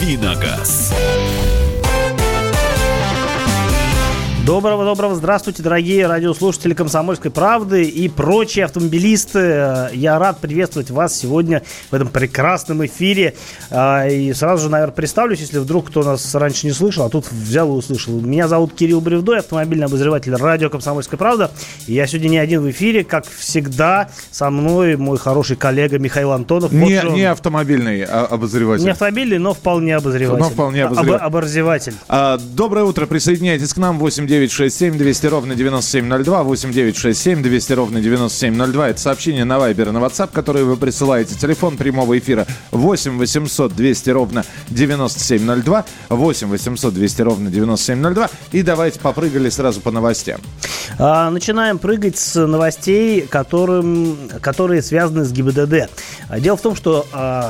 «Давиногаз». Доброго, здравствуйте, дорогие радиослушатели «Комсомольской правды» и прочие автомобилисты. Я рад приветствовать вас сегодня в этом прекрасном эфире. И сразу же, наверное, представлюсь, если вдруг кто нас раньше не слышал, а тут взял и услышал. Меня зовут Кирилл Бревдо, автомобильный обозреватель радио «Комсомольская правда». И я сегодня не один в эфире, как всегда, со мной мой хороший коллега Михаил Антонов. Не автомобильный обозреватель. Не автомобильный, но вполне обозреватель. Обозреватель. Доброе утро, присоединяйтесь к нам. 8-967-200-97-02, 8-967-200-97-02. Это сообщение на Viber и на WhatsApp, которые вы присылаете. Телефон прямого эфира 8-800-200-97-02, 8-800-200-97-02. И давайте попрыгали сразу по новостям. Начинаем прыгать с новостей, которые связаны с ГИБДД. Дело в том, что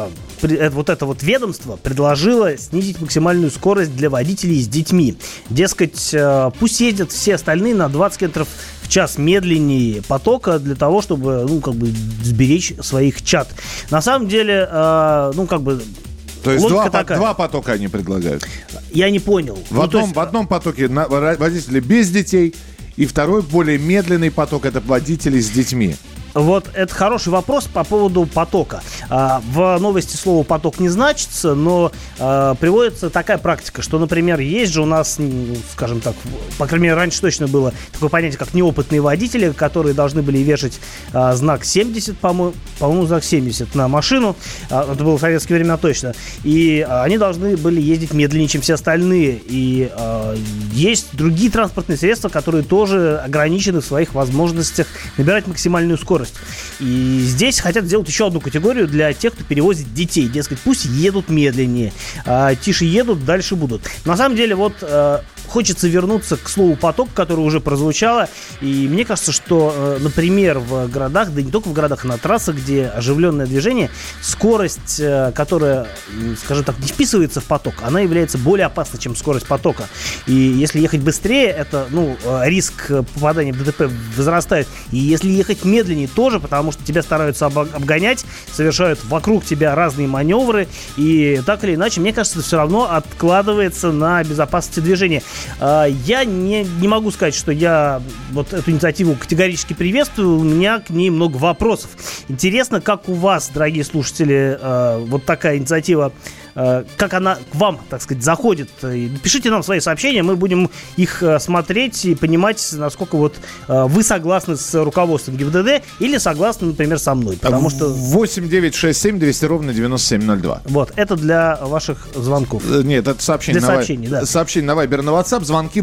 вот это вот ведомство предложило снизить максимальную скорость для водителей с детьми. Дескать, пусть ездят все остальные на 20 км в час медленнее потока для того, чтобы, сберечь своих чад. На самом деле, То есть два потока они предлагают? Я не понял. В одном потоке водители без детей, и второй, более медленный поток, это водители с детьми. Вот это хороший вопрос по поводу потока. В новости слово «поток» не значится, но приводится такая практика, что, например, есть же у нас, скажем так, по крайней мере, раньше точно было такое понятие, как неопытные водители, которые должны были вешать знак 70, по-моему, знак 70 на машину. Это было в советские времена точно. И они должны были ездить медленнее, чем все остальные. И есть другие транспортные средства, которые тоже ограничены в своих возможностях набирать максимальную скорость. И здесь хотят сделать еще одну категорию для тех, кто перевозит детей. Дескать, пусть едут медленнее, тише едут, дальше будут. На самом деле, хочется вернуться к слову «поток», которое уже прозвучало. И мне кажется, что, например, в городах, да не только в городах, а на трассах, где оживленное движение, скорость, которая, скажем так, не вписывается в поток, она является более опасной, чем скорость потока. И если ехать быстрее, это, риск попадания в ДТП возрастает. И если ехать медленнее, тоже, потому что тебя стараются обгонять, совершают вокруг тебя разные маневры. И так или иначе, мне кажется, это все равно откладывается на безопасности движения. Я не могу сказать, что я вот эту инициативу категорически приветствую. У меня к ней много вопросов. Интересно, как у вас, дорогие слушатели, вот такая инициатива, как она к вам, так сказать, заходит. Пишите нам свои сообщения, мы будем их смотреть и понимать, насколько вы согласны с руководством ГИБДД или согласны, например, со мной. Потому что 8-967-200-97-02. Вот, это для ваших звонков. Нет, это сообщение да. Сообщение на Viber и на WhatsApp. Звонки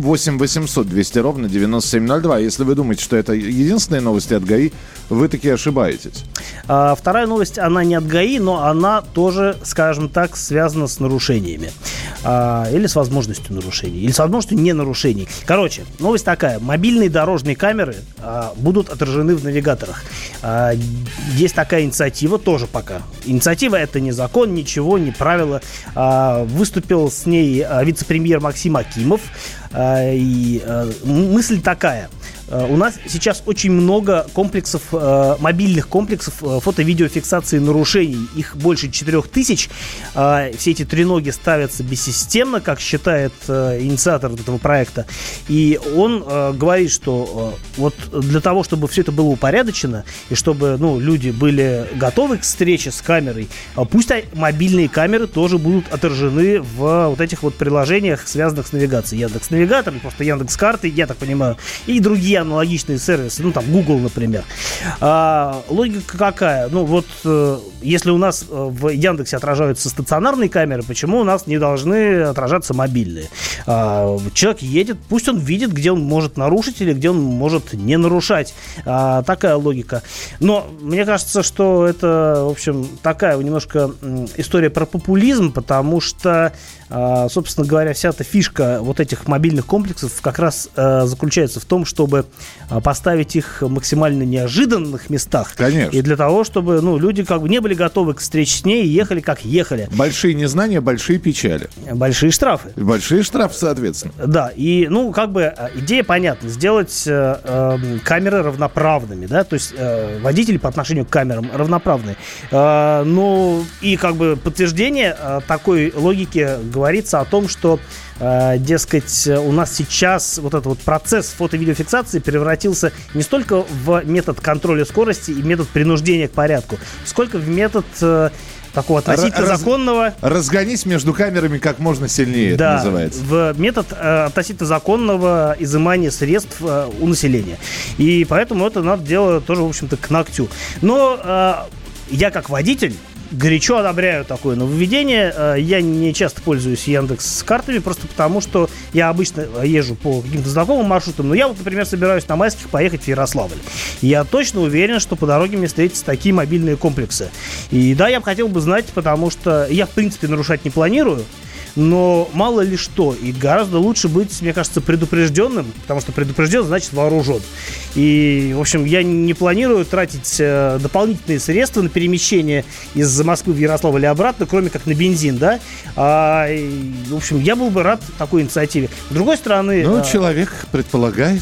8-800-200-97-02. Если вы думаете, что это единственные новости от ГАИ, вы таки ошибаетесь. Вторая новость, она не от ГАИ, но она тоже, скажем так, связана с нарушениями. Или с возможностью нарушений. Или с возможностью ненарушений. Короче, новость такая. Мобильные дорожные камеры будут отражены в навигаторах. Есть такая инициатива, тоже пока. Инициатива — это не закон, ничего, не правило. Выступил с ней вице-премьер Максим Акимов. И мысль такая. У нас сейчас очень много комплексов, мобильных комплексов фото-видеофиксации нарушений. Их больше 4000. Все эти треноги ставятся бессистемно, как считает инициатор этого проекта. И он говорит, что вот для того, чтобы все это было упорядочено, и чтобы люди были готовы к встрече с камерой, пусть мобильные камеры тоже будут отражены в вот этих вот приложениях, связанных с навигацией. Яндекс.Навигатор, просто Яндекс.Карты, я так понимаю, и другие аналогичные сервисы, Google, например. Логика какая? Если у нас в Яндексе отражаются стационарные камеры, почему у нас не должны отражаться мобильные? Человек едет, пусть он видит, где он может нарушить или где он может не нарушать. Такая логика. Но мне кажется, что это, в общем, такая немножко история про популизм, потому что собственно говоря, вся эта фишка вот этих мобильных комплексов как раз заключается в том, чтобы поставить их в максимально неожиданных местах. Конечно. И для того, чтобы люди как бы не были готовы к встрече с ней и ехали как ехали. Большие незнания, большие печали. Большие штрафы. Большие штрафы, соответственно. Да, и, идея понятна. Сделать камеры равноправными, да, то есть водители по отношению к камерам равноправны. И как бы подтверждение такой логики говорится о том, что дескать, у нас сейчас вот этот вот процесс фото-видеофиксации превратился не столько в метод контроля скорости и метод принуждения к порядку, сколько в метод такого относительно законного... Разгонись между камерами как можно сильнее, это называется. В метод относительно законного изымания средств у населения. И поэтому это надо делать тоже, в общем-то, к ногтю. Но я как водитель горячо одобряю такое нововведение. Я не часто пользуюсь Яндекс.Картами, просто потому, что я обычно езжу по каким-то знакомым маршрутам. Но я вот, например, собираюсь на майских поехать в Ярославль. Я точно уверен, что по дороге мне встретятся такие мобильные комплексы. И да, я бы хотел бы знать, потому что я, в принципе, нарушать не планирую. Но мало ли что, и гораздо лучше быть, мне кажется, предупрежденным, потому что предупрежден, значит вооружен. И, в общем, я не планирую тратить дополнительные средства на перемещение из Москвы в Ярославль или обратно, кроме как на бензин, да. В общем, я был бы рад такой инициативе. С другой стороны... человек предполагает...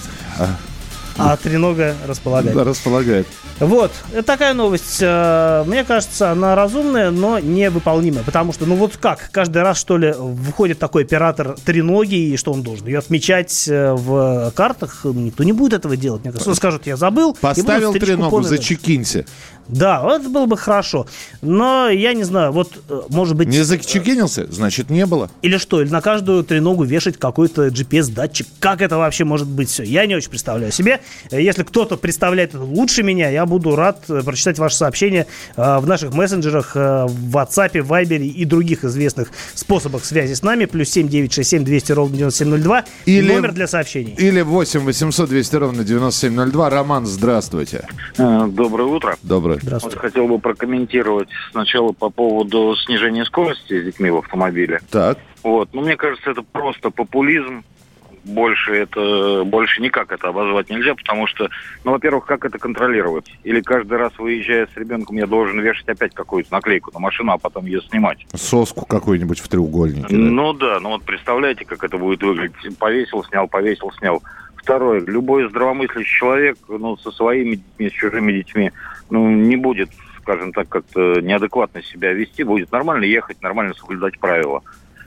А тренога располагает. Да, располагает. Вот, это такая новость. Мне кажется, она разумная, но невыполнимая. Потому что, каждый раз, что ли, выходит такой оператор треноги, и что он должен? Ее отмечать в картах? Никто не будет этого делать. Мне кажется, скажут, я забыл. Поставил треногу, зачекинься. Да, это было бы хорошо. Но я не знаю, может быть... Не зачекинился, значит, не было. Или что? Или на каждую треногу вешать какой-то GPS-датчик. Как это вообще может быть все? Я не очень представляю себе. Если кто-то представляет это лучше меня, я буду рад прочитать ваши сообщения в наших мессенджерах, в WhatsApp, в Viber и других известных способах связи с нами. +7 967 200 9702. Или номер для сообщений. Или 8 800 200 9702. Роман, здравствуйте. Доброе утро. Доброе. Здравствуйте. Хотел бы прокомментировать сначала по поводу снижения скорости с детьми в автомобиле. Так. Мне кажется, это просто популизм. Больше никак это обозвать нельзя, потому что, во-первых, как это контролировать? Или каждый раз, выезжая с ребенком, я должен вешать опять какую-то наклейку на машину, а потом ее снимать? Соску какую-нибудь в треугольнике. Да? Представляете, как это будет выглядеть? Повесил, снял. Второе, любой здравомыслящий человек, со своими детьми, с чужими детьми, не будет, скажем так, как-то неадекватно себя вести, будет нормально ехать, нормально соблюдать правила.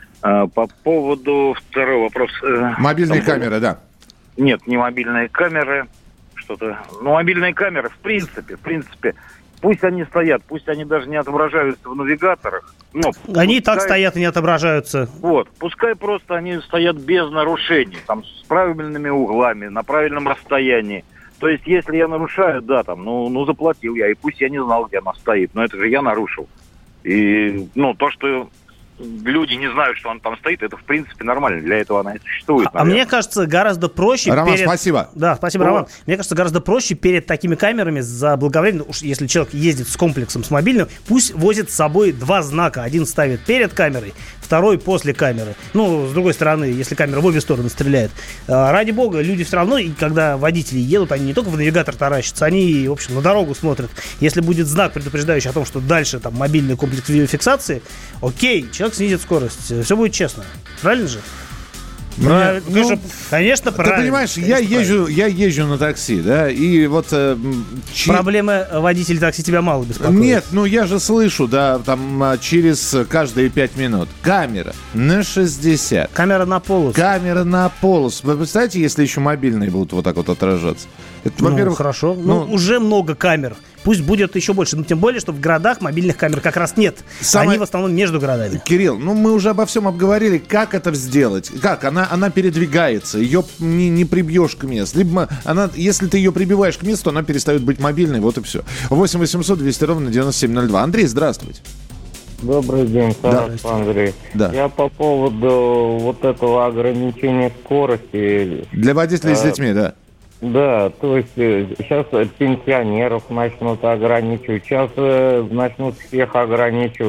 По поводу второго вопроса... Мобильные камеры, да. Нет, не мобильные камеры, мобильные камеры, в принципе, пусть они стоят, пусть они даже не отображаются в навигаторах. Они и так стоят и не отображаются. Пускай просто они стоят без нарушений, с правильными углами, на правильном расстоянии. То есть, если я нарушаю, заплатил я, и пусть я не знал, где она стоит, но это же я нарушил. И, то, что люди не знают, что он там стоит, это, в принципе, нормально. Для этого она и существует. А мне кажется, гораздо проще... Роман, спасибо. Да, спасибо, Роман. Мне кажется, гораздо проще перед такими камерами заблаговременно, уж если человек ездит с комплексом, с мобильным, пусть возит с собой 2 знака. Один ставит перед камерой, второй после камеры. С другой стороны, если камера в обе стороны стреляет. Ради бога, люди все равно, и когда водители едут, они не только в навигатор таращатся, они, в общем, на дорогу смотрят. Если будет знак, предупреждающий о том, что дальше там мобильный комплекс видеофиксации, окей, человек снизит скорость. Все будет честно. Правильно же? Конечно, правильно. Ты понимаешь, я езжу на такси, да, и проблемы водителей такси тебя мало беспокоят. Нет, я же слышу, да, там через каждые 5 минут. Камера на 60. Камера на полос. Вы представляете, если еще мобильные будут вот так вот отражаться? Это, во-первых, хорошо. Уже много камер. Пусть будет еще больше. Но тем более, что в городах мобильных камер как раз нет. Они в основном между городами. Кирилл, мы уже обо всем обговорили. Как это сделать? Как? Она передвигается. Ее не прибьешь к месту. Либо если ты ее прибиваешь к месту, она перестает быть мобильной. Вот и все. 8 800 200 9702. Андрей, здравствуйте. Добрый день, Андрей. Да. Я по поводу этого ограничения скорости. Для водителей с детьми, да. Да, то есть сейчас пенсионеров начнут ограничивать, сейчас начнут всех ограничивать.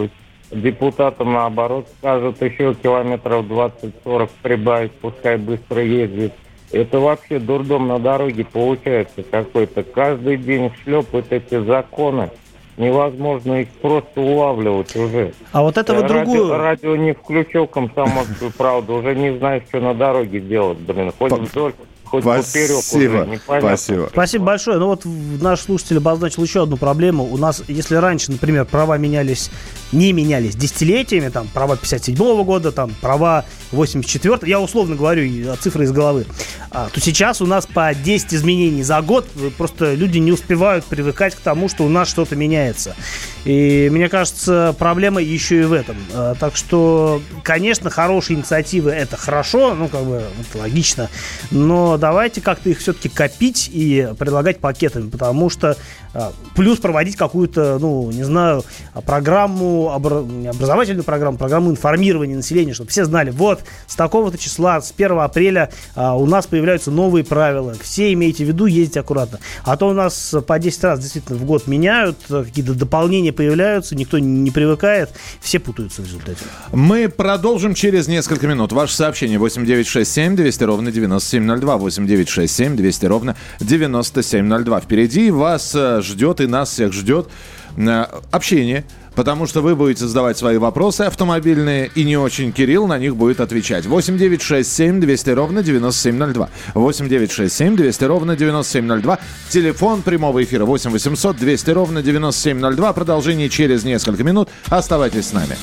депутатам, наоборот, скажут еще километров 20-40 прибавить, пускай быстро ездит. Это вообще дурдом на дороге получается какой-то. Каждый день шлепают эти законы. Невозможно их просто улавливать уже. А вот это вот другую... Радио не включил, «Комсомольскую правду», уже не знаешь, что на дороге делать, блин. Хоть вдоль, хоть поперек уже, непонятно. Спасибо большое. Ну вот наш слушатель обозначил еще одну проблему. У нас, если раньше, например, права не менялись десятилетиями, там, права 57-го года, там, права 84-го, я условно говорю, цифры из головы, то сейчас у нас по 10 изменений за год, просто люди не успевают привыкать к тому, что у нас что-то меняется. И мне кажется, проблема еще и в этом. Так что, конечно, хорошие инициативы — это хорошо, ну, как бы, это логично, но давайте как-то их все-таки копить и предлагать пакетами, потому что плюс проводить какую-то, ну, не знаю, программу, не образовательную программу информирования населения, чтобы все знали, вот, с такого-то числа, с 1 апреля у нас появляются новые правила, все имейте в виду, ездите аккуратно. А то у нас по 10 раз действительно в год меняют, какие-то дополнения появляются, никто не привыкает, все путаются в результате. Мы продолжим через несколько минут. Ваше сообщение 8967 200 ровно 9702, 8967 200 ровно 9702. Впереди вас ждет и нас всех ждет общение, потому что вы будете задавать свои вопросы автомобильные, и не очень Кирилл на них будет отвечать. 8967 200 ровно 9702. 8967 200 ровно 9702. Телефон прямого эфира 8 800 200 ровно 9702. Продолжение через несколько минут. Оставайтесь с нами.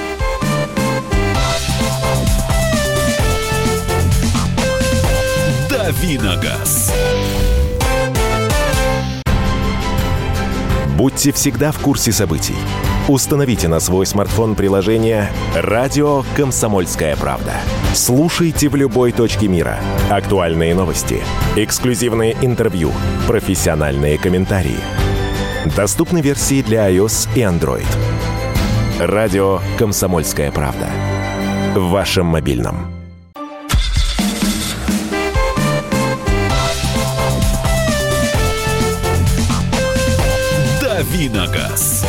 Давиногаз. Будьте всегда в курсе событий. Установите на свой смартфон приложение «Радио Комсомольская правда». Слушайте в любой точке мира. Актуальные новости, эксклюзивные интервью, профессиональные комментарии. Доступны версии для iOS и Android. «Радио Комсомольская правда». В вашем мобильном. Давиногаз.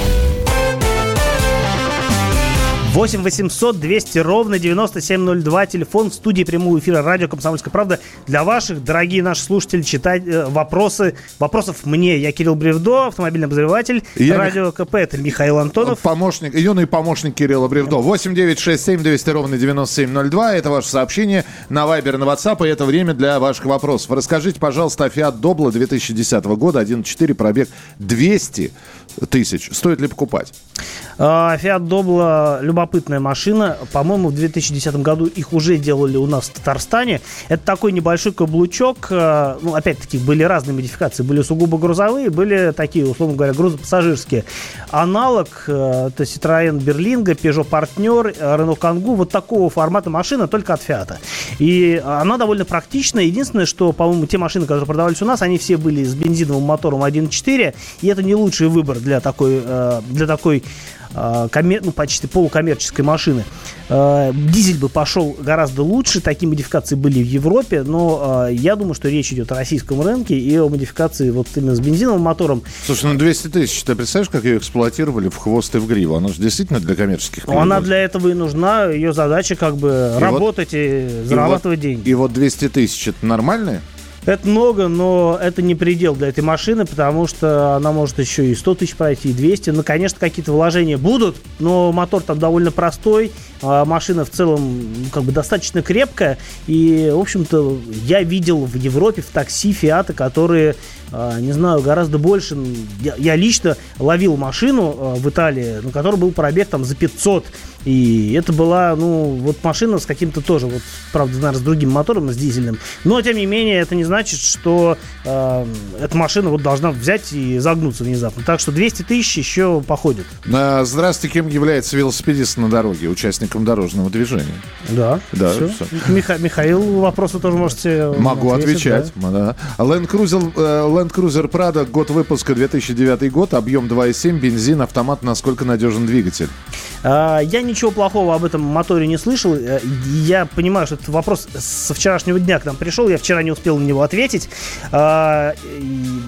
8 800 200 ровно 9702. Телефон в студии прямого эфира радио «Комсомольская правда». Для ваших, дорогие наши слушатели, читать вопросов мне. Я Кирилл Бревдо, автомобильный обозреватель. Радио КП. Это Михаил Антонов. Помощник, юный помощник Кирилла Бревдо. 8 967 200 ровно 9702. Это ваше сообщение на Viber, на WhatsApp. И это время для ваших вопросов. Расскажите, пожалуйста, о Fiat Doblo 2010 года. 1.4, пробег 200 тысяч. Стоит ли покупать? Fiat Doblo — любопытная машина. По-моему, в 2010 году их уже делали у нас в Татарстане. Это такой небольшой каблучок. Ну, опять-таки, были разные модификации. Были сугубо грузовые, были такие, условно говоря, грузопассажирские. Аналог — это Citroёn Berlingo, Peugeot Partner, Renault Kangoo. Вот такого формата машина, только от Fiat. И она довольно практичная. Единственное, что, по-моему, те машины, которые продавались у нас, они все были с бензиновым мотором 1.4. И это не лучший выбор для такой почти полукоммерческой машины. Дизель бы пошел гораздо лучше, такие модификации были в Европе, но я думаю, что речь идет о российском рынке и о модификации вот именно с бензиновым мотором. Слушай, 200 тысяч, ты представляешь, как ее эксплуатировали в хвост и в гриву? Она же действительно для коммерческих перевозок. Она для этого и нужна, ее задача как бы работать и зарабатывать деньги. И вот 200 тысяч, это нормально? Это много, но это не предел для этой машины, потому что она может еще и 100 тысяч пройти, и 200. Ну, конечно, какие-то вложения будут, но мотор там довольно простой, машина в целом как бы достаточно крепкая. И, в общем-то, я видел в Европе в такси Фиаты, которые, не знаю, гораздо больше. Я лично ловил машину в Италии, на которой был пробег там за 500. И это была, вот машина с каким-то тоже, вот, правда, наверное, с другим мотором, с дизельным. Но, тем не менее, это не значит, что эта машина вот должна взять и загнуться внезапно. Так что 200 тысяч еще походит. Здравствуйте, кем является велосипедист на дороге, участником дорожного движения? Да. Все. Михаил, вопросы тоже можете... Могу отвечать. Да. Land Cruiser Prado, год выпуска 2009 год, объем 2.7, бензин, автомат, насколько надежен двигатель? Я ничего плохого об этом моторе не слышал. Я понимаю, что этот вопрос со вчерашнего дня к нам пришел. Я вчера не успел на него ответить.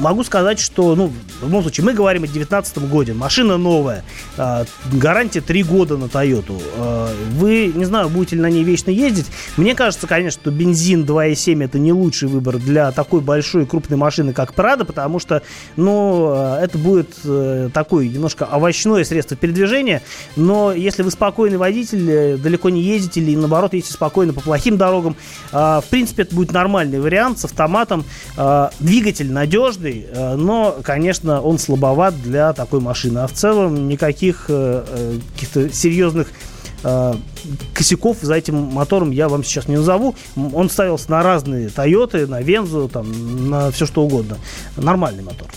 могу сказать, что, в любом случае, мы говорим о 2019 году. Машина новая. Гарантия 3 года на Toyota. Вы, не знаю, будете ли на ней вечно ездить. Мне кажется, конечно, что бензин 2.7 это не лучший выбор для такой большой и крупной машины, как Prado, потому что, это будет такое немножко овощное средство передвижения. Но если вы спокойный водитель, далеко не ездите, или наоборот, едете спокойно по плохим дорогам, в принципе, это будет нормальный вариант с автоматом. Двигатель надежный, но, конечно, он слабоват для такой машины. А в целом никаких каких-то серьезных косяков за этим мотором я вам сейчас не назову. Он ставился на разные Toyota, на Вензу, на все что угодно. Нормальный мотор.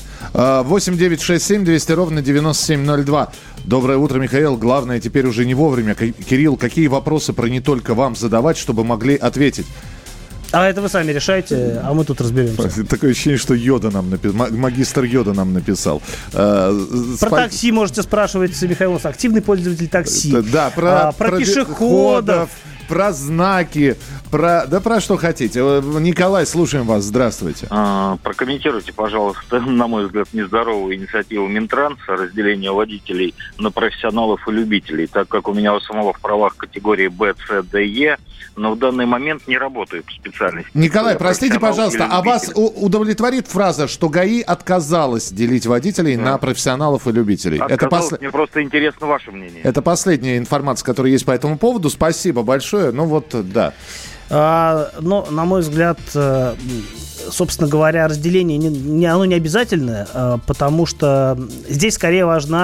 8 200 ровно 9702. Доброе утро, Михаил. Главное, теперь уже не вовремя. Кирилл, какие вопросы про не только вам задавать, чтобы могли ответить? А это вы сами решаете, а мы тут разберемся. Такое ощущение, что Йода нам написал, магистр Йода нам написал. Про такси можете спрашивать, Михаил, у нас активный пользователь такси. Да, про пешеходов, про знаки, про что хотите. Николай, слушаем вас, здравствуйте. Прокомментируйте, пожалуйста, на мой взгляд, нездоровую инициативу Минтранса разделения водителей на профессионалов и любителей, так как у меня у самого в правах категории Б, С, Д, Е, но в данный момент не работаю по специальности. Николай, простите, пожалуйста, а вас удовлетворит фраза, что ГАИ отказалась делить водителей на профессионалов и любителей? Мне просто интересно ваше мнение. Это последняя информация, которая есть по этому поводу. Спасибо большое. Да. Но, на мой взгляд, собственно говоря, разделение оно не обязательное, потому что здесь скорее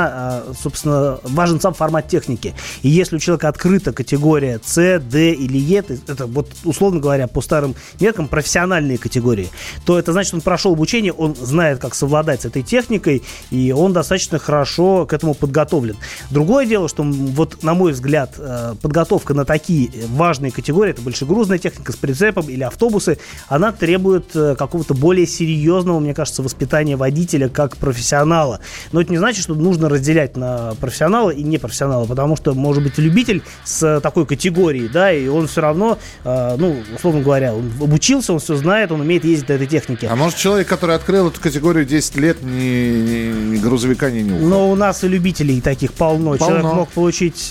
важен сам формат техники. И если у человека открыта категория С, Д или Е, это вот, условно говоря, по старым меркам профессиональные категории, то это значит, он прошел обучение, он знает, как совладать с этой техникой, и он достаточно хорошо к этому подготовлен. Другое дело, что, вот, на мой взгляд, подготовка на такие важные категории, это большегрузная техника с прицепом или автобусы, она требует какого-то более серьезного, мне кажется, воспитания водителя как профессионала. Но это не значит, что нужно разделять на профессионала и непрофессионала, потому что, может быть, любитель с такой категорией, да, и он все равно, условно говоря, он обучился, он все знает, он умеет ездить на этой технике. А может, человек, который открыл эту категорию 10 лет, ни грузовика не нюхал? Но у нас и любителей таких полно. Человек мог получить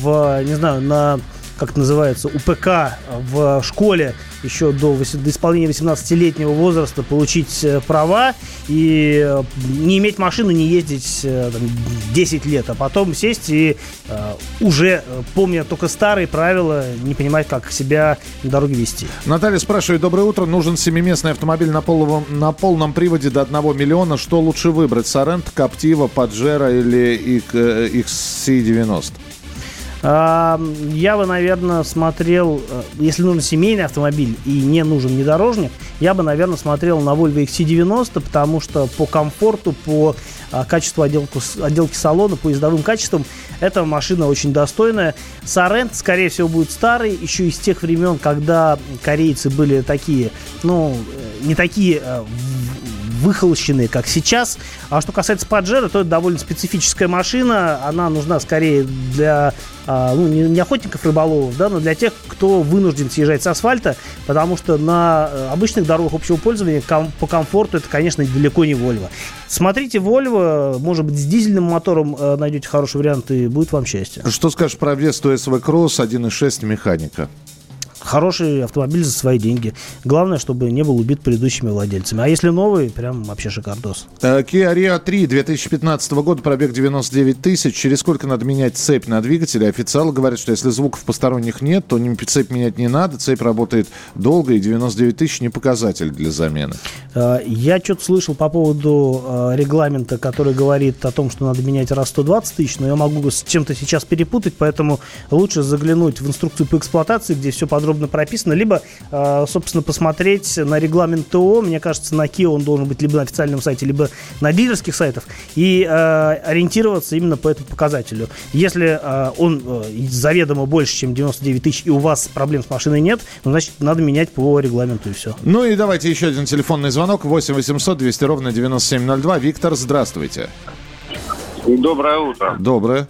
как это называется, УПК в школе еще до исполнения 18-летнего возраста, получить права и не иметь машину, не ездить 10 лет, а потом сесть и уже, помня только старые правила, не понимать, как себя на дороге вести. Наталья спрашивает: доброе утро, нужен 7-местный автомобиль на полном приводе до 1 миллиона. Что лучше выбрать? Соренто, Captiva, Pajero или XC90? Я бы, наверное, смотрел, если нужен семейный автомобиль и не нужен внедорожник, я бы, наверное, смотрел на Volvo XC90, потому что по комфорту, по качеству отделки салона, по ездовым качествам эта машина очень достойная. Соренто, скорее всего, будет старый, еще из тех времен, когда корейцы были такие, не такие выхолощенные, как сейчас. А что касается Pajero, то это довольно специфическая машина. Она нужна скорее для не охотников, рыболовов, да, но для тех, кто вынужден съезжать с асфальта, потому что на обычных дорогах общего пользования по комфорту это, конечно, далеко не Volvo. Смотрите Volvo, может быть, с дизельным мотором найдете хороший вариант, и будет вам счастье. Что скажешь про Весту SV Cross 1.6 механика? Хороший автомобиль за свои деньги. Главное, чтобы не был убит предыдущими владельцами. А если новый, прям вообще шикардос. Kia Rio 3 2015 года, пробег 99 тысяч. Через сколько надо менять цепь на двигателе? Официалы говорят, что если звуков посторонних нет, то цепь менять не надо. Цепь работает долго, и 99 тысяч не показатель для замены. Я что-то слышал по поводу регламента, который говорит о том, что надо менять раз в 120 тысяч, но я могу с чем-то сейчас перепутать, поэтому лучше заглянуть в инструкцию по эксплуатации, где все подробно прописано, либо, собственно, посмотреть на регламент ТО. Мне кажется, на Kia он должен быть либо на официальном сайте, либо на дилерских сайтах, и ориентироваться именно по этому показателю. Если он заведомо больше, чем 99 тысяч, и у вас проблем с машиной нет, значит, надо менять по регламенту, и все. Ну и давайте еще один телефонный звонок. 8 800 200 ровно 9702. Виктор, здравствуйте. Доброе утро. Доброе.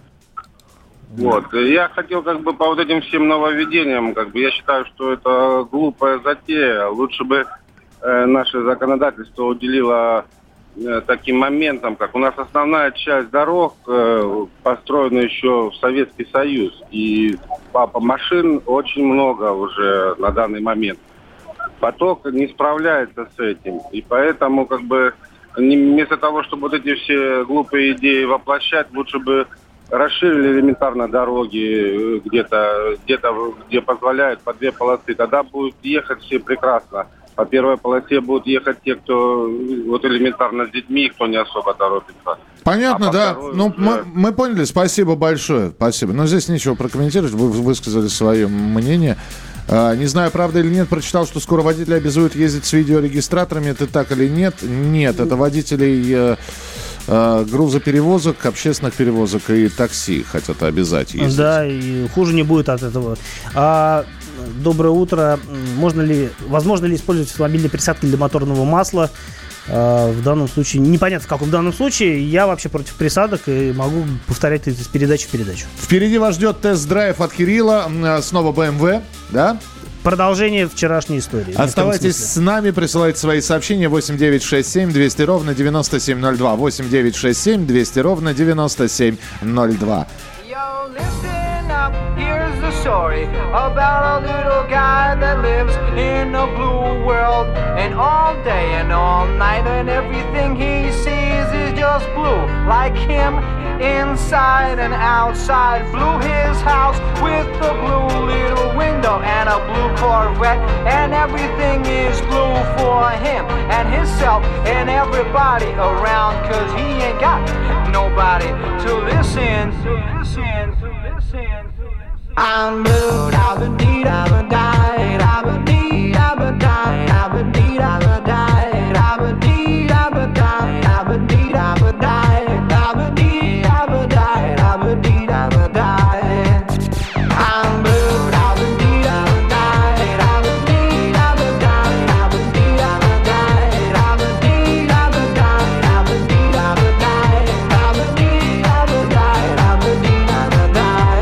Я хотел по вот этим всем нововведениям, я считаю, что это глупая затея. Лучше бы наше законодательство уделило таким моментом, как у нас основная часть дорог построена еще в Советский Союз. И машин очень много уже на данный момент. Поток не справляется с этим. И поэтому как бы вместо того, чтобы вот эти все глупые идеи воплощать, лучше бы расширили элементарно дороги где-то, где позволяют по 2 полосы. Тогда будут ехать все прекрасно. По первой полосе будут ехать те, кто вот элементарно с детьми, кто не особо торопится. Понятно, да. Ну, мы поняли. Спасибо большое. Спасибо. Но здесь нечего прокомментировать. Вы высказали свое мнение. Не знаю, правда или нет, прочитал, что скоро водители обязуют ездить с видеорегистраторами. Это так или нет? Нет, это водителей грузоперевозок, общественных перевозок и такси хотят обязать ездить. Да, и хуже не будет от этого. Доброе утро. Возможно ли использовать автомобильные присадки для моторного масла? В данном случае, непонятно в каком данном случае, я вообще против присадок и могу повторять это с передачи в передачу. Впереди вас ждет тест-драйв от Кирилла, снова BMW, да? Продолжение вчерашней истории. Оставайтесь с нами, присылайте свои сообщения 8967 200 ровно 9702. 8967 200 ровно 9702. Here's the story about a little guy that lives in a blue world. And all day and all night and everything he sees is just blue. Like him, inside and outside. Blue his house with a blue little window and a blue Corvette. And everything is blue for him and himself and everybody around. Cause he ain't got nobody to listen. I'm blue, da-ba-dee, da-ba-die, da-ba-dee, da-ba-die, da-ba-dee, da-ba-die, da-ba-dee, da-ba-die, da-ba-dee, da-ba-die, da-ba-dee, da-ba-die, da-ba-dee, da-ba-die. I'm blue, da-ba-dee, da-ba-die, da-ba-dee, da-ba-die, da-ba-dee, da-ba-die, da-ba-dee, da-ba-die, da-ba-dee, da-ba-die, da-ba-dee, da-ba-die, da-ba-dee, da-ba-die.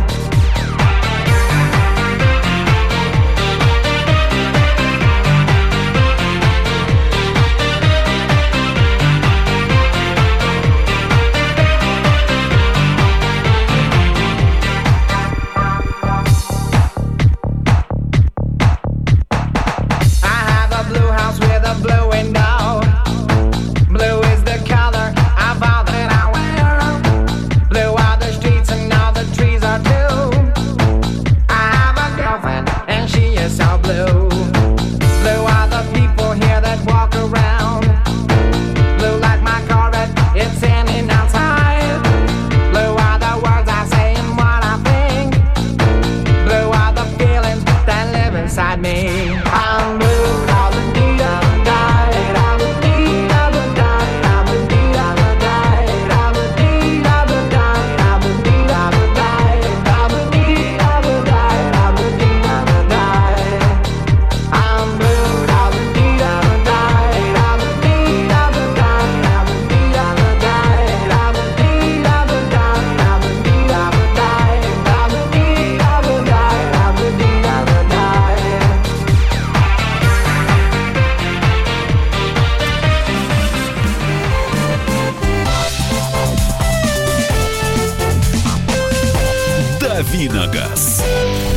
Виногаз.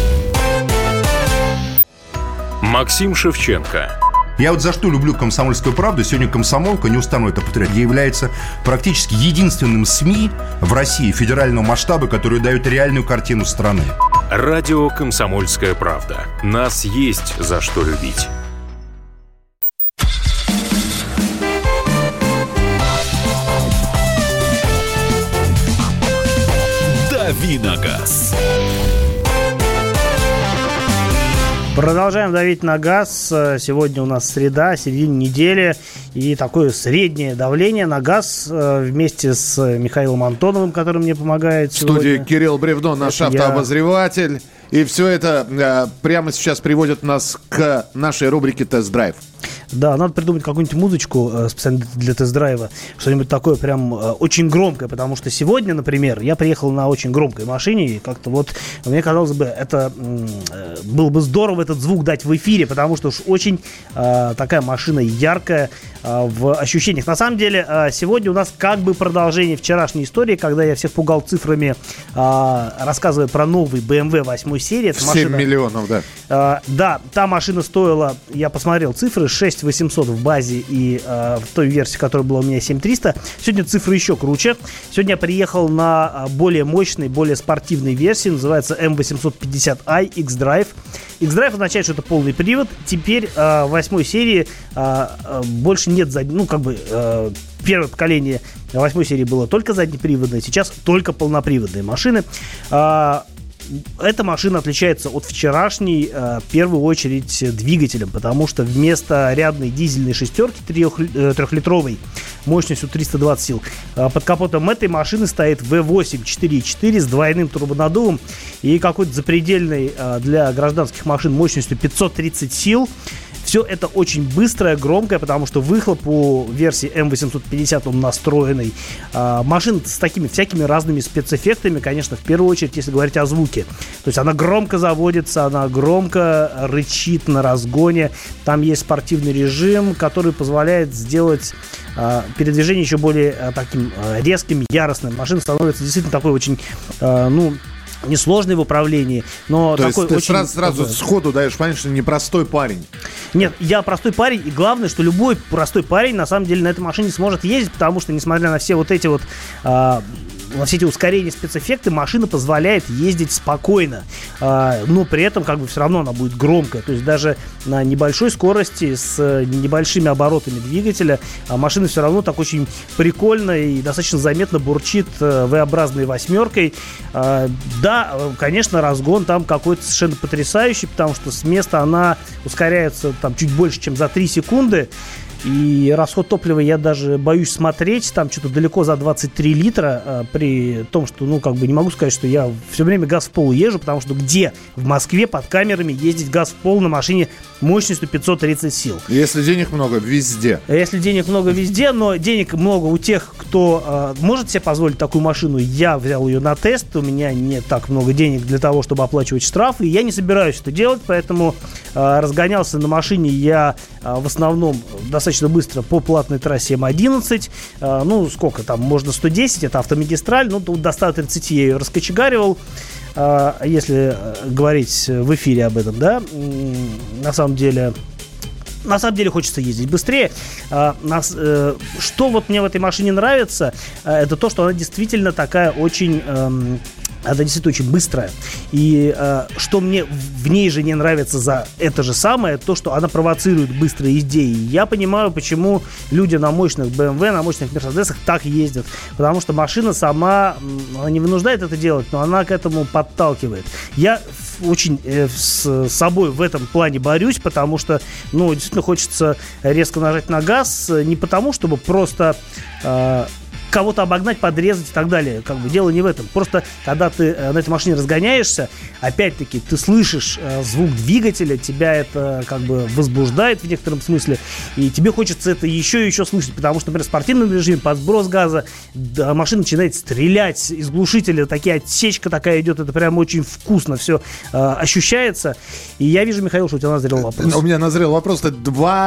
Максим Шевченко. Я вот за что люблю «Комсомольскую правду». Сегодня «Комсомолка», не устану это повторять, является практически единственным СМИ в России федерального масштаба, который дает реальную картину страны. Радио «Комсомольская правда». Нас есть за что любить. Виногаз. Продолжаем давить на газ. Сегодня у нас среда, середина недели. И такое среднее давление на газ вместе с Михаилом Антоновым, который мне помогает сегодня. В студии Кирилл Бревдо, наш автообозреватель. И все это прямо сейчас приводит нас к нашей рубрике «Тест-драйв». Да, надо придумать какую-нибудь музычку специально для тест-драйва, что-нибудь такое прям очень громкое, потому что сегодня, например, я приехал на очень громкой машине, и как-то вот мне казалось бы, это было бы здорово этот звук дать в эфире, потому что уж очень такая машина яркая, в ощущениях. На самом деле, сегодня у нас как бы продолжение вчерашней истории, когда я всех пугал цифрами, рассказывая про новый BMW 8 серии. 7 миллионов, да. Да, та машина стоила, я посмотрел цифры, 6800 в базе и в той версии, которая была у меня, 7300. Сегодня цифры еще круче. Сегодня я приехал на более мощной, более спортивной версии, называется M850i X-Drive. X-Drive означает, что это полный привод. Теперь в 8 серии больше нет первое поколение 8 серии было только заднеприводное, сейчас только полноприводные машины. Эта машина отличается от вчерашней в первую очередь двигателем, потому что вместо рядной дизельной шестерки 3-литровой мощностью 320 сил под капотом этой машины стоит V8 4.4 с двойным турбонаддувом и какой-то запредельной для гражданских машин мощностью 530 сил. Все это очень быстрое, громкое, потому что выхлоп у версии M850 он настроенный. Машина с такими всякими разными спецэффектами, конечно, в первую очередь, если говорить о звуке. То есть она громко заводится, она громко рычит на разгоне. Там есть спортивный режим, который позволяет сделать передвижение еще более таким резким, яростным. Машина становится действительно такой очень, несложный в управлении, но то такой есть ты очень... сразу сходу даешь понять, что непростой парень. Нет, я простой парень, и главное, что любой простой парень на самом деле на этой машине сможет ездить, потому что, несмотря на все вот эти вот... во все эти ускорения, спецэффекты, машина позволяет ездить спокойно, но при этом как бы все равно она будет громкая. То есть даже на небольшой скорости с небольшими оборотами двигателя машина все равно так очень прикольно и достаточно заметно бурчит V-образной восьмеркой. Да, конечно, разгон там какой-то совершенно потрясающий, потому что с места она ускоряется там чуть больше, чем за 3 секунды. И расход топлива я даже боюсь смотреть. Там что-то далеко за 23 литра. При том, что, не могу сказать, что я все время газ в пол езжу. Потому что где в Москве под камерами ездить газ в пол на машине мощностью 530 сил? Если денег много, везде. Если денег много везде, но денег много у тех, кто может себе позволить такую машину. Я взял ее на тест. У меня не так много денег для того, чтобы оплачивать штрафы. И я не собираюсь это делать. Поэтому разгонялся на машине я в основном достаточно быстро по платной трассе М11. Сколько там? Можно 110, это автомагистраль. Тут до 130 я ее раскочегаривал. Если говорить в эфире об этом, да, на самом деле хочется ездить быстрее. Что вот мне в этой машине нравится, это то, что она действительно такая очень... Она действительно очень быстрая. И что мне в ней же не нравится за это же самое, то, что она провоцирует быстрые идеи. Я понимаю, почему люди на мощных BMW, на мощных Мерседесах так ездят. Потому что машина сама, она не вынуждает это делать, но она к этому подталкивает. Я очень с собой в этом плане борюсь, потому что, действительно хочется резко нажать на газ. Не потому, чтобы просто... кого-то обогнать, подрезать и так далее. Дело не в этом. Просто, когда ты на этой машине разгоняешься, опять-таки, ты слышишь звук двигателя, тебя это возбуждает в некотором смысле, и тебе хочется это еще и еще слышать, потому что, например, в спортивном режиме, под сброс газа, машина начинает стрелять из глушителя, отсечка такая идет, это прям очень вкусно все ощущается. И я вижу, Михаил, что у тебя назрел вопрос. У меня назрел вопрос. Не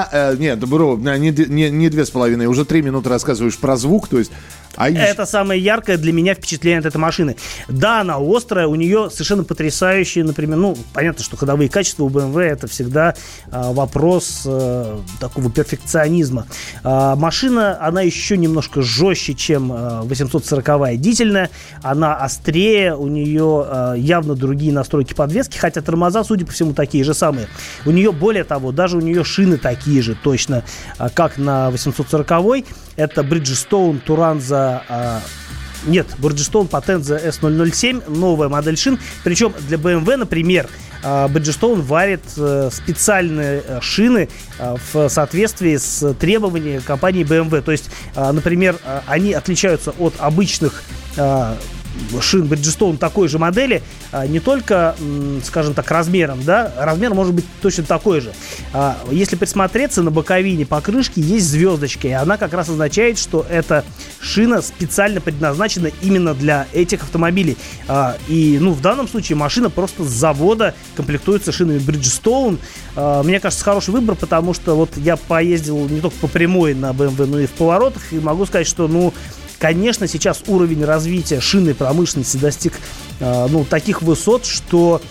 2,5, уже 3 минуты рассказываешь про звук, то есть... Это самое яркое для меня впечатление от этой машины. Да, она острая, у нее совершенно потрясающие, например, понятно, что ходовые качества у BMW это всегда вопрос такого перфекционизма. Машина, она еще немножко жестче, чем 840-я дизельная, она острее, у нее явно другие настройки подвески, хотя тормоза, судя по всему, такие же самые. У нее, более того, даже у нее шины такие же точно, как на 840-й. Это Bridgestone Turanza... Bridgestone Potenza S007, новая модель шин. Причем для BMW, например, Bridgestone варит специальные шины в соответствии с требованиями компании BMW. То есть, например, они отличаются от обычных шин Bridgestone такой же модели, не только, скажем так, размером, да, размер может быть точно такой же. Если присмотреться, на боковине покрышки есть звездочка, и она как раз означает, что эта шина специально предназначена именно для этих автомобилей. И, в данном случае машина просто с завода комплектуется шинами Bridgestone. Мне кажется, хороший выбор, потому что вот я поездил не только по прямой на BMW, но и в поворотах, и могу сказать, что, конечно, сейчас уровень развития шинной промышленности достиг, таких высот, что,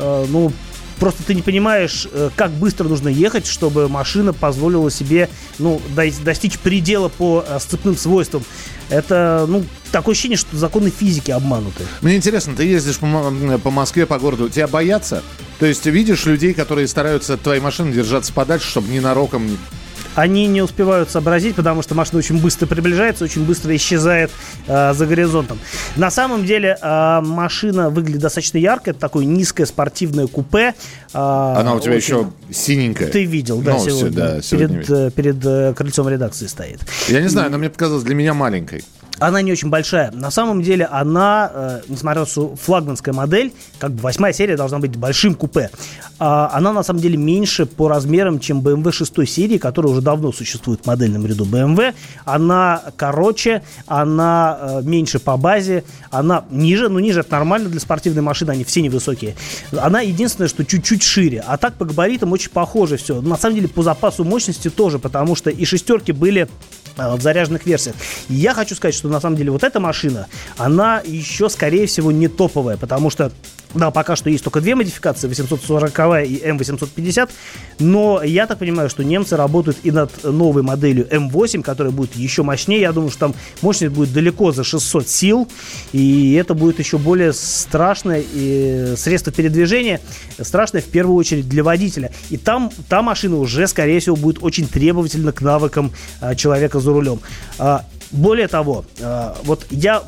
просто ты не понимаешь, как быстро нужно ехать, чтобы машина позволила себе, достичь предела по сцепным свойствам. Это, такое ощущение, что законы физики обмануты. Мне интересно, ты ездишь по Москве, по городу, тебя боятся? То есть видишь людей, которые стараются от твоей машины держаться подальше, чтобы ненароком... Они не успевают сообразить, потому что машина очень быстро приближается, очень быстро исчезает за горизонтом. На самом деле машина выглядит достаточно ярко. Это такое низкое спортивное купе. Она у тебя еще синенькая. Ты видел, да, сегодня. Перед крыльцом редакции стоит. Я не знаю, она мне показалась для меня маленькой. Она не очень большая. На самом деле она, несмотря на то, что флагманская модель, как бы 8-я серия должна быть большим купе. Она на самом деле меньше по размерам, чем BMW 6 серии, которая уже давно существует в модельном ряду BMW. Она короче, она меньше по базе, она ниже. Ниже это нормально для спортивной машины, они все невысокие. Она единственное, что чуть-чуть шире. А так по габаритам очень похоже все. На самом деле по запасу мощности тоже, потому что и шестерки были в заряженных версиях. И я хочу сказать, что на самом деле вот эта машина, она еще, скорее всего, не топовая, потому что, да, пока что есть только две модификации, 840 и М850, но я так понимаю, что немцы работают и над новой моделью М8, которая будет еще мощнее. Я думаю, что там мощность будет далеко за 600 сил, и это будет еще более страшное средство передвижения, страшное в первую очередь для водителя. И та машина уже, скорее всего, будет очень требовательна к навыкам человека за рулем. Более того, вот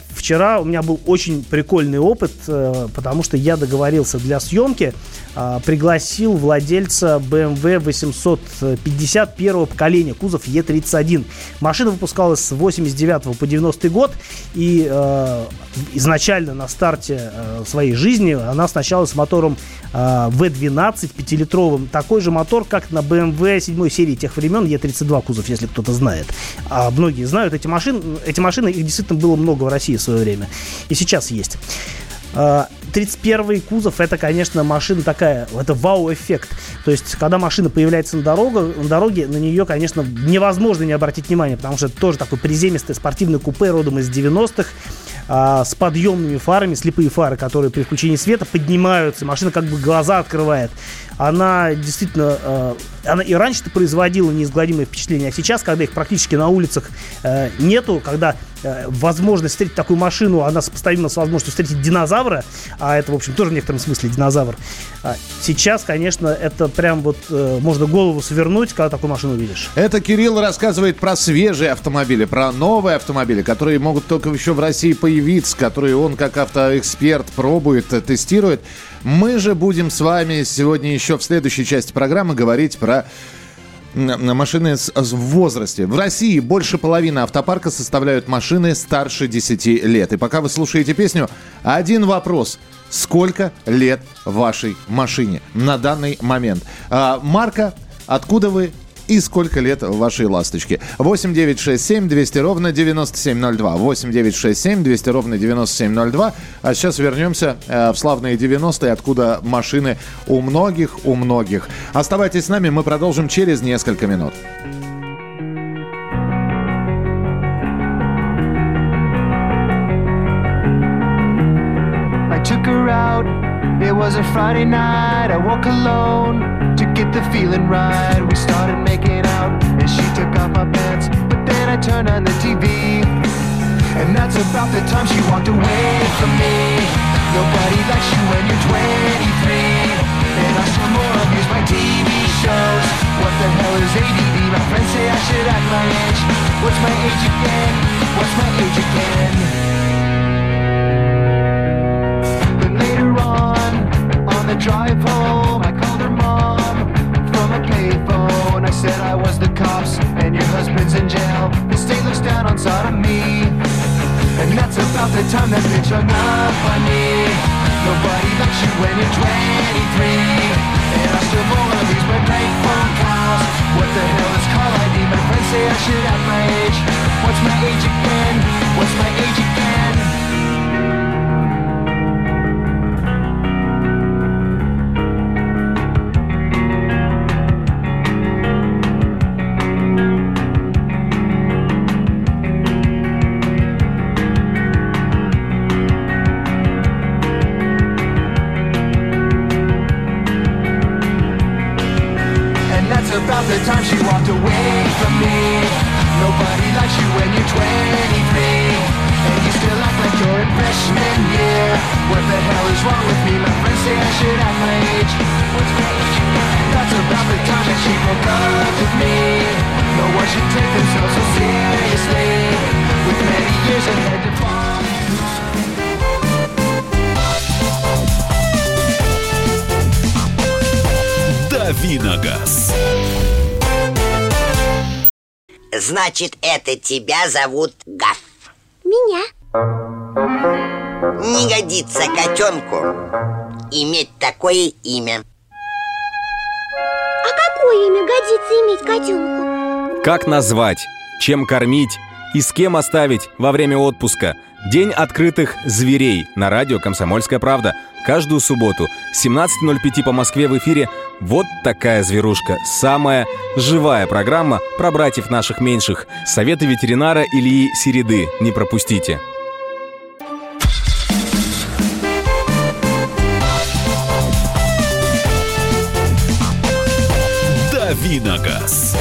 у меня был очень прикольный опыт, потому что я договорился для съемки, пригласил владельца BMW 850 первого поколения, кузов Е31. Машина выпускалась с 89 по 90 год, и изначально на старте своей жизни она оснащалась с мотором V12 5-литровым. Такой же мотор, как на BMW 7 серии тех времен, Е32 кузов, если кто-то знает. А многие знают эти машины. Эти машины, их действительно было много в России в свое время. И сейчас есть. 31-й кузов, это, конечно, машина такая, это вау-эффект. То есть, когда машина появляется на дороге, на нее, конечно, невозможно не обратить внимание, потому что это тоже такой приземистый спортивный купе родом из 90-х, с подъемными фарами, слепые фары, которые при включении света поднимаются, машина как бы глаза открывает. Она действительно, она и раньше-то производила неизгладимое впечатление, а сейчас, когда их практически на улицах нету, когда возможность встретить такую машину, она сопоставима с возможностью встретить динозавра, а это, в общем, тоже в некотором смысле динозавр. Сейчас, конечно, это прям вот можно голову свернуть, когда такую машину видишь. Это Кирилл рассказывает про свежие автомобили, про новые автомобили, которые могут только еще в России появиться, которые он как автоэксперт пробует, тестирует. Мы же будем с вами сегодня еще в следующей части программы говорить про машины в возрасте. В России больше половины автопарка составляют машины старше 10 лет. И пока вы слушаете песню, один вопрос. Сколько лет вашей машине на данный момент? Марка, откуда вы и сколько лет вашей ласточке? 8 9 6 7 200 ровно 9702. 8 9 6 7 200 ровно 9702. А сейчас вернемся в славные 90-е, откуда машины у многих. Оставайтесь с нами, мы продолжим через несколько минут. Took her out, it was a Friday night. I woke alone to get the feeling right. We started making out and she took off my pants, but then I turned on the TV, and that's about the time she walked away from me. Nobody likes you when you're 23, and I still more abuse my TV shows. What the hell is ADD? My friends say I should act my age. What's my age again? What's my age again? On the drive home, I called her mom from a payphone. I said I was the cops and your husband's in jail. The state looks down on sodomy. And that's about the time that bitch hung up on me. Nobody likes you when you're 23. And I still roll on these my prank phone calls. What the hell is call ID? My friends say I should have my age. What's my age again? What's my age again? About the time she walked away from me. Nobody likes you when you're 23. And you still act like you're in freshman year. What the hell is wrong with me? My friends say I should have my age. What's my age? That's about the time that she broke up with me. No one should take themselves so seriously. With many years ahead to fall. Давиногаз. Значит, это тебя зовут Гав? Меня. Не годится котенку иметь такое имя. А какое имя годится иметь котенку? Как назвать, чем кормить и с кем оставить во время отпуска? День открытых зверей на радио «Комсомольская правда». Каждую субботу с 17:05 по Москве в эфире «Вот такая зверушка». Самая живая программа про братьев наших меньших. Советы ветеринара Ильи Середы. Не пропустите. Давиногаз.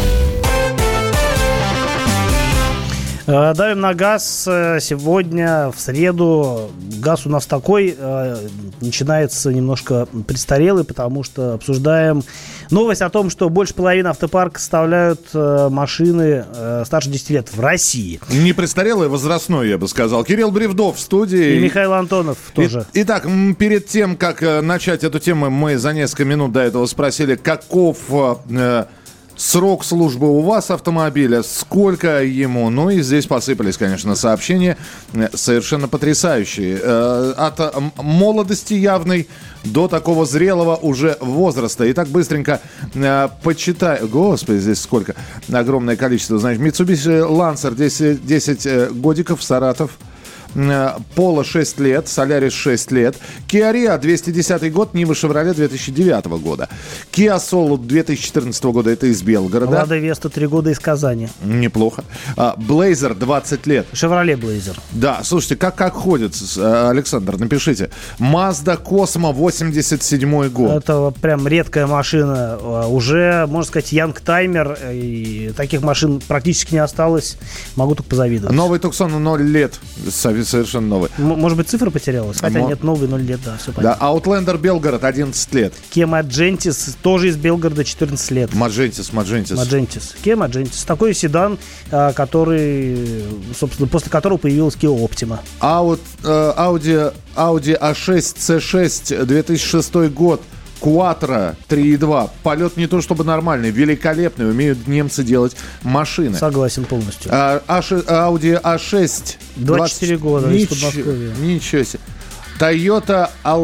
Давим на газ. Сегодня, в среду, газ у нас такой, начинается немножко престарелый, потому что обсуждаем новость о том, что больше половины автопарка составляют машины старше 10 лет в России. Не престарелый, возрастной, я бы сказал. Кирилл Бревдов в студии. И Михаил Антонов тоже. Итак, перед тем, как начать эту тему, мы за несколько минут до этого спросили, каков... срок службы у вас автомобиля, сколько ему. Ну и здесь посыпались, конечно, сообщения совершенно потрясающие. От молодости явной до такого зрелого уже возраста. Итак, быстренько почитаю. Господи, здесь сколько. Огромное количество. Значит, Mitsubishi Lancer 10 годиков, Саратов. Пола 6 лет, Солярис 6 лет, Kia Rio 210 год, Нива Chevrolet 2009 года, Kia Soul 2014 года, это из Белгорода. Лада Веста 3 года из Казани. Неплохо. Blazer 20 лет. Chevrolet Blazer. Да, слушайте, как ходит, Александр, напишите. Mazda Cosmo 87 год. Это прям редкая машина. Уже, можно сказать, янгтаймер. И таких машин практически не осталось. Могу только позавидовать. Новый Tucson 0 лет. Совершенно новый. Может быть, цифра потерялась? Хотя нет, новый 0 лет, да, все понятно. Да, Outlander Белгород 11 лет. Kia Magentis тоже из Белгорода 14 лет. Magentis. Kia Magentis. Такой седан, который, собственно, после которого появилась Kia Optima. Audi A6 C6 2006 год. Quattro 3.2. Полет не то чтобы нормальный, великолепный. Умеют немцы делать машины. Согласен полностью. Audi A6 24 года из Подмосковья. Ничего себе. Toyota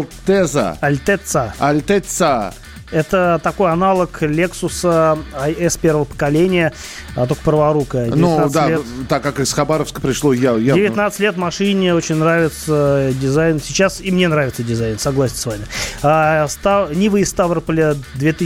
Altezza. Это такой аналог Lexus IS первого поколения, только праворукая. Ну да, лет. Так как из Хабаровска пришло, 19 лет машине, очень нравится дизайн. Сейчас и мне нравится дизайн, согласен с вами. Нива из Ставрополя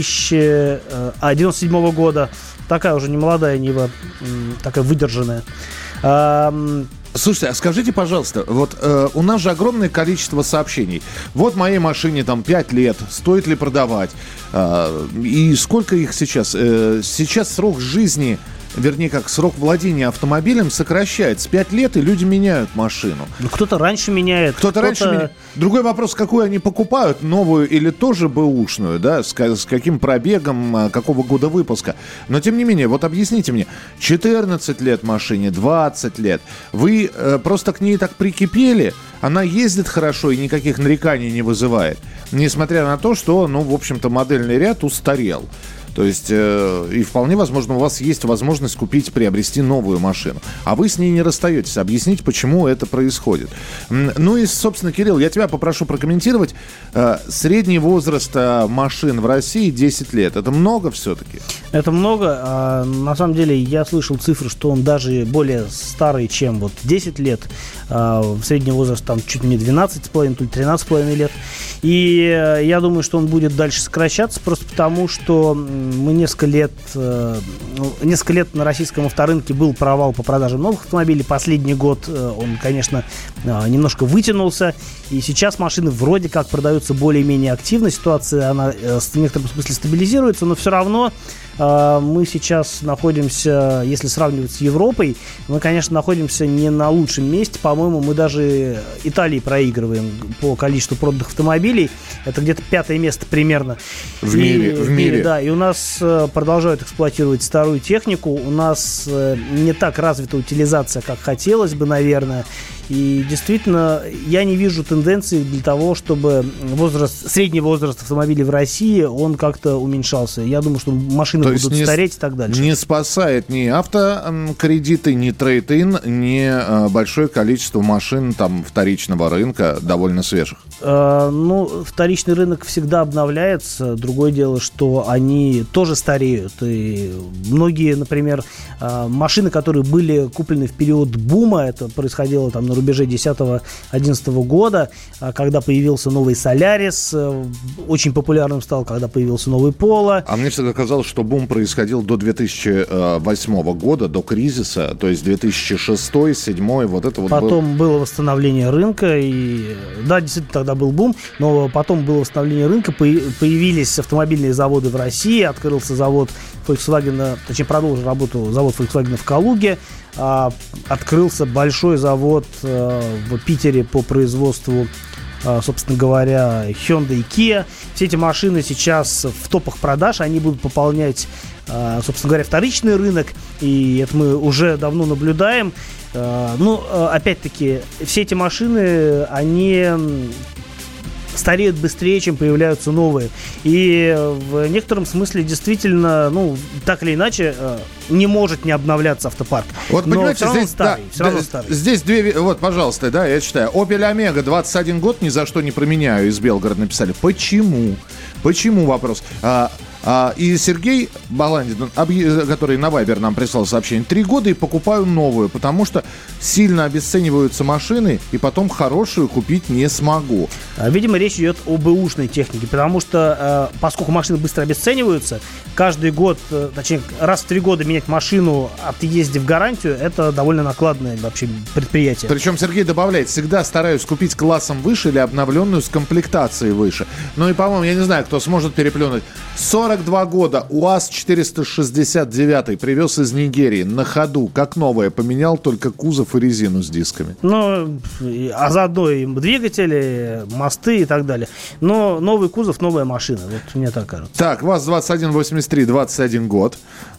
1997 года. Такая уже не молодая Нива, такая выдержанная. Слушайте, а скажите, пожалуйста, вот у нас же огромное количество сообщений. Вот моей машине там 5 лет, стоит ли продавать? И сколько их сейчас? Сейчас срок жизни, вернее, как срок владения автомобилем сокращается. 5 лет, и люди меняют машину. Ну, кто-то раньше меняет. Другой вопрос, какую они покупают, новую или тоже бэушную, да, с каким пробегом, какого года выпуска. Но, тем не менее, вот объясните мне, 14 лет машине, 20 лет, вы просто к ней так прикипели, она ездит хорошо и никаких нареканий не вызывает, несмотря на то, что, ну, в общем-то, модельный ряд устарел. То есть, и вполне возможно, у вас есть возможность приобрести новую машину. А вы с ней не расстаетесь. Объясните, почему это происходит. Ну и, собственно, Кирилл, я тебя попрошу прокомментировать. Средний возраст машин в России 10 лет. Это много все-таки? Это много. На самом деле, я слышал цифры, что он даже более старый, чем вот 10 лет. Средний возраст там чуть не 12,5, то ли 13,5 лет. И я думаю, что он будет дальше сокращаться, просто потому, что мы несколько лет на российском авторынке был провал по продажам новых автомобилей. Последний год он, конечно, немножко вытянулся. И сейчас машины вроде как продаются более-менее активно. Ситуация, она в некотором смысле стабилизируется, но все равно мы сейчас находимся, если сравнивать с Европой, мы, конечно, находимся не на лучшем месте. По-моему, мы даже Италии проигрываем по количеству проданных автомобилей. Это где-то 5-е место примерно. В мире. Да, и у нас продолжают эксплуатировать старую технику. У нас не так развита утилизация, как хотелось бы, наверное. И действительно, я не вижу тенденции для того, чтобы средний возраст автомобилей в России, он как-то уменьшался. Я думаю, что машины будут стареть и так дальше. Не спасает ни автокредиты, ни трейд-ин, ни большое количество машин там вторичного рынка, довольно свежих. Вторичный рынок всегда обновляется. Другое дело, что они тоже стареют. И многие, например, машины, которые были куплены в период бума, это происходило там на рубеже 10-11 года, когда появился новый Солярис, очень популярным стал, когда появился новый Поло. А мне всегда казалось, что бум происходил до 2008 года, до кризиса, то есть 2006-2007, вот это вот потом было восстановление рынка, и да, действительно, тогда был бум, но потом было восстановление рынка, появились автомобильные заводы в России, открылся завод Volkswagen, точнее, продолжил работу завод Volkswagen в Калуге, открылся большой завод в Питере по производству, собственно говоря, Hyundai и Kia. Все эти машины сейчас в топах продаж, они будут пополнять, собственно говоря, вторичный рынок, и это мы уже давно наблюдаем. Опять-таки, все эти машины, они стареют быстрее, чем появляются новые. И в некотором смысле действительно, так или иначе, не может не обновляться автопарк. Вот, понимаете, здесь, старый. Здесь вот, пожалуйста, да, я читаю. Opel Omega, 21 год, ни за что не променяю, из Белгорода написали. Почему? Почему вопрос? И Сергей Баландин, который на Вайбер нам прислал сообщение, 3 года и покупаю новую, потому что сильно обесцениваются машины, и потом хорошую купить не смогу. Видимо, речь идет о бэушной технике, потому что, поскольку машины быстро обесцениваются, каждый год, точнее, раз в 3 года менять машину, отъездив гарантию, это довольно накладное вообще предприятие. Причем Сергей добавляет, всегда стараюсь купить классом выше или обновленную с комплектацией выше. Ну и, по-моему, я не знаю, кто сможет переплюнуть. 42 года, УАЗ-469 привез из Нигерии на ходу, как новое, поменял только кузов и резину с дисками. А заодно и двигатели, мосты и так далее. Но новый кузов, новая машина, вот мне так кажется. Так, ВАЗ-2183, 21 год.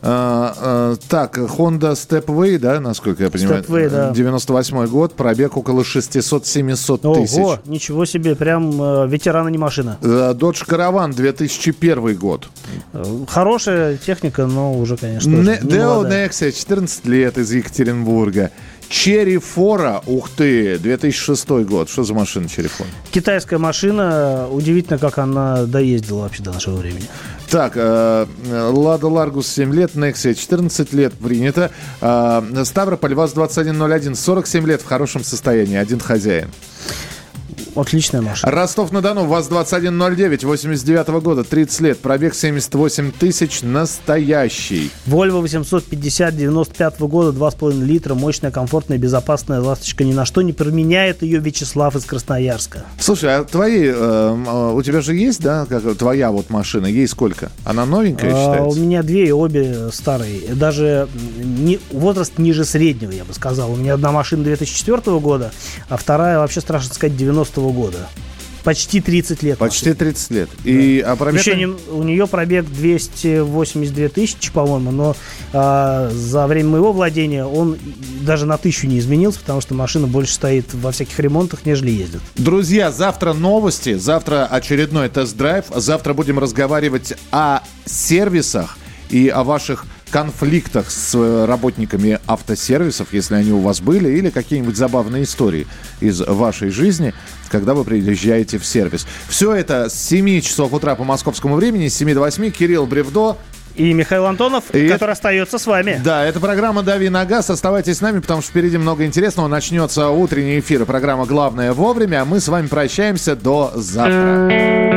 Так, Honda Stepway, да, насколько я понимаю? Stepway, да. 98 год, пробег около 600-700 тысяч. Ого, ничего себе, прям ветеран, а не машина. Dodge Caravan, 2001 год. Хорошая техника, но уже, конечно, Deo Nexia, 14 лет, из Екатеринбурга. Cherry Fora, ух ты, 2006 год. Что за машина Cherry Fora? Китайская машина. Удивительно, как она доездила вообще до нашего времени. Так, Lada Largus 7 лет, Nexia 14 лет, принято. Ставрополь, ВАЗ-2101, 47 лет, в хорошем состоянии, один хозяин. Отличная машина. Ростов-на-Дону, ВАЗ-2109, 89 года, 30 лет, пробег 78 тысяч, настоящий. Volvo 850, 95 года, 2,5 литра, мощная, комфортная, безопасная ласточка, ни на что не променяет ее Вячеслав из Красноярска. Слушай, а твои, у тебя же есть, да, твоя вот машина, ей сколько? Она новенькая считается? У меня две, и обе старые, даже возраст ниже среднего, я бы сказал. У меня одна машина 2004 года, а вторая, вообще страшно сказать, 90-го года. Почти 30 лет. Почти 30 лет. И пробег... У нее пробег 282 тысячи, по-моему, но за время моего владения он даже на 1000 не изменился, потому что машина больше стоит во всяких ремонтах, нежели ездит. Друзья, завтра новости, завтра очередной тест-драйв, завтра будем разговаривать о сервисах и о ваших конфликтах с работниками автосервисов, если они у вас были, или какие-нибудь забавные истории из вашей жизни, когда вы приезжаете в сервис. Все это с 7 часов утра по московскому времени, с 7 до 8. Кирилл Бревдо. И Михаил Антонов, который остается с вами. Да, это программа «Дави на газ». Оставайтесь с нами, потому что впереди много интересного. Начнется утренний эфир. Программа «Главное вовремя». А мы с вами прощаемся до завтра.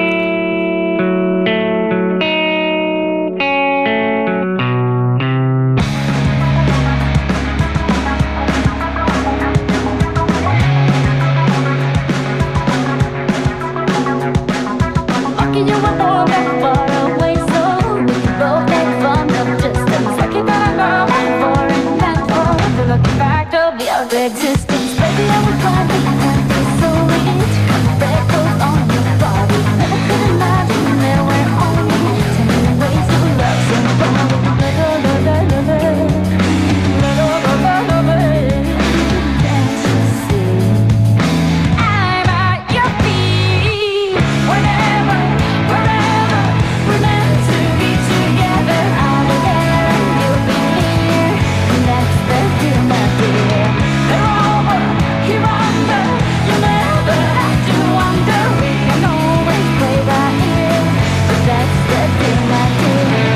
Existence, baby, I would gladly so rich. Red goes on your body. Never could imagine there were only 10 ways to love somebody. Can't you see? I'm at your feet. Whenever, wherever, we're meant to be together. I'll be there and you'll be near. And that's the deal, my dear. You're under, you never have to wonder. We can always play by ear, but that's the thing I do.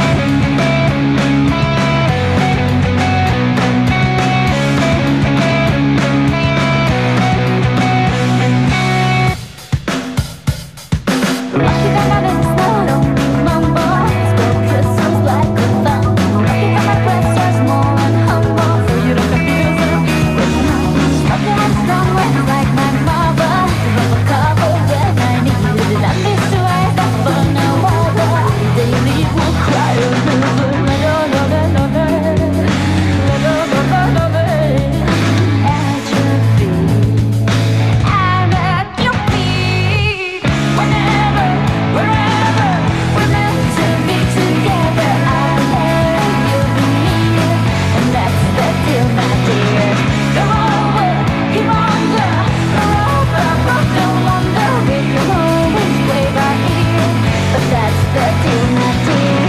Lucky that I didn't slow down, mumble. Spoke kisses like a thumb. Lucky that my breath starts more unhumble, so you don't confuse her with numbers. Lucky I'm strong words like my mother. Drop a couple when I need it. I miss two eyes that burn no water. Daily will cry a river. At your feet, I'm at your feet. Whenever, wherever, we're meant to be together. I'm there and you'll be near, and that's the deal, my dear. Come over, keep under, forever, but don't wonder. We can always play by ear, but that's the deal, my dear.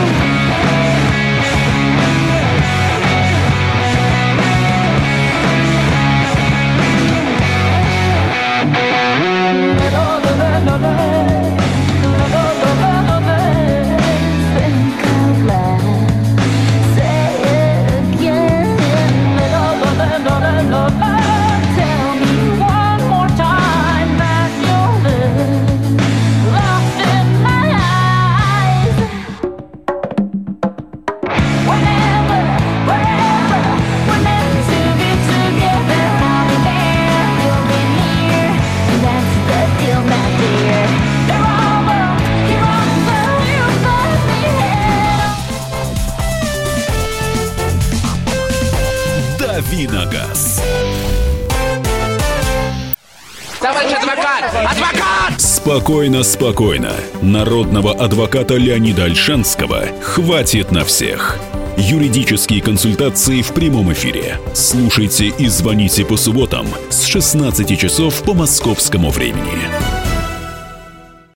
Think out loud, say it again. Tell me one more time that you're lost in my eyes. Whenever, wherever, we're meant to be together. I'll be there, you'll be near, and that's the deal, my dear. You're over, you're under, you've got me here. «Дави на газ». Товарищ адвокат! Адвокат! Спокойно, спокойно. Народного адвоката Леонида Ольшанского хватит на всех. Юридические консультации в прямом эфире. Слушайте и звоните по субботам с 16 часов по московскому времени.